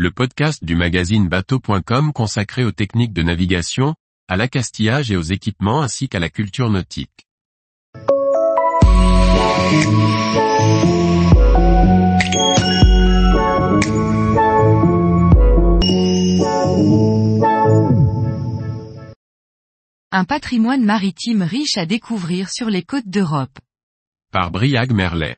le podcast du magazine bateau.com consacré aux techniques de navigation, à l'accastillage et aux équipements ainsi qu'à la culture nautique. Un patrimoine maritime riche à découvrir sur les côtes d'Europe. Par Briag Merlet.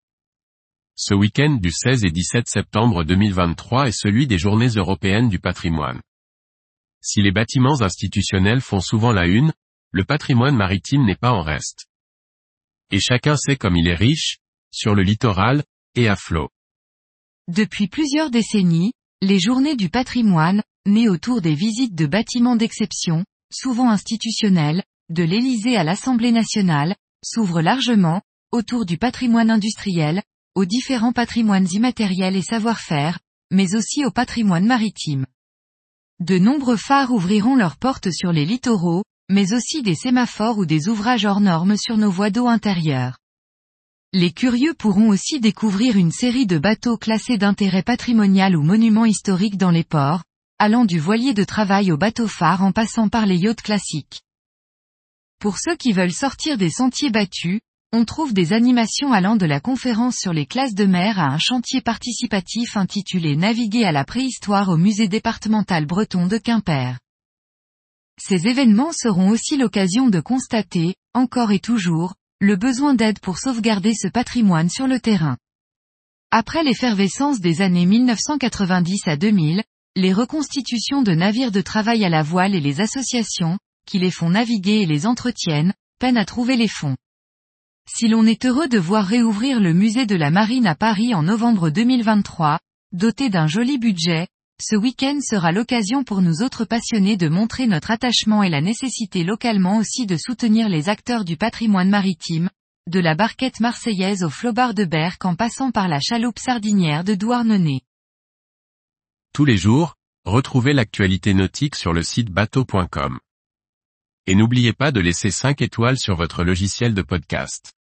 Ce week-end du 16 et 17 septembre 2023 est celui des Journées européennes du patrimoine. Si les bâtiments institutionnels font souvent la une, le patrimoine maritime n'est pas en reste. Et chacun sait comme il est riche, sur le littoral, et à flot. Depuis plusieurs décennies, les Journées du patrimoine, nées autour des visites de bâtiments d'exception, souvent institutionnels, de l'Élysée à l'Assemblée nationale, s'ouvrent largement, autour du patrimoine industriel, aux différents patrimoines immatériels et savoir-faire, mais aussi au patrimoine maritime. De nombreux phares ouvriront leurs portes sur les littoraux, mais aussi des sémaphores ou des ouvrages hors normes sur nos voies d'eau intérieures. Les curieux pourront aussi découvrir une série de bateaux classés d'intérêt patrimonial ou monuments historiques dans les ports, allant du voilier de travail au bateau-phare en passant par les yachts classiques. Pour ceux qui veulent sortir des sentiers battus, on trouve des animations allant de la conférence sur les classes de mer à un chantier participatif intitulé Naviguer à la préhistoire au musée départemental breton de Quimper. Ces événements seront aussi l'occasion de constater, encore et toujours, le besoin d'aide pour sauvegarder ce patrimoine sur le terrain. Après l'effervescence des années 1990 à 2000, les reconstitutions de navires de travail à la voile et les associations, qui les font naviguer et les entretiennent, peinent à trouver les fonds. Si l'on est heureux de voir réouvrir le musée de la Marine à Paris en novembre 2023, doté d'un joli budget, ce week-end sera l'occasion pour nous autres passionnés de montrer notre attachement et la nécessité localement aussi de soutenir les acteurs du patrimoine maritime, de la barquette marseillaise au flobard de Berck en passant par la chaloupe sardinière de Douarnenez. Tous les jours, retrouvez l'actualité nautique sur le site bateau.com. Et n'oubliez pas de laisser 5 étoiles sur votre logiciel de podcast.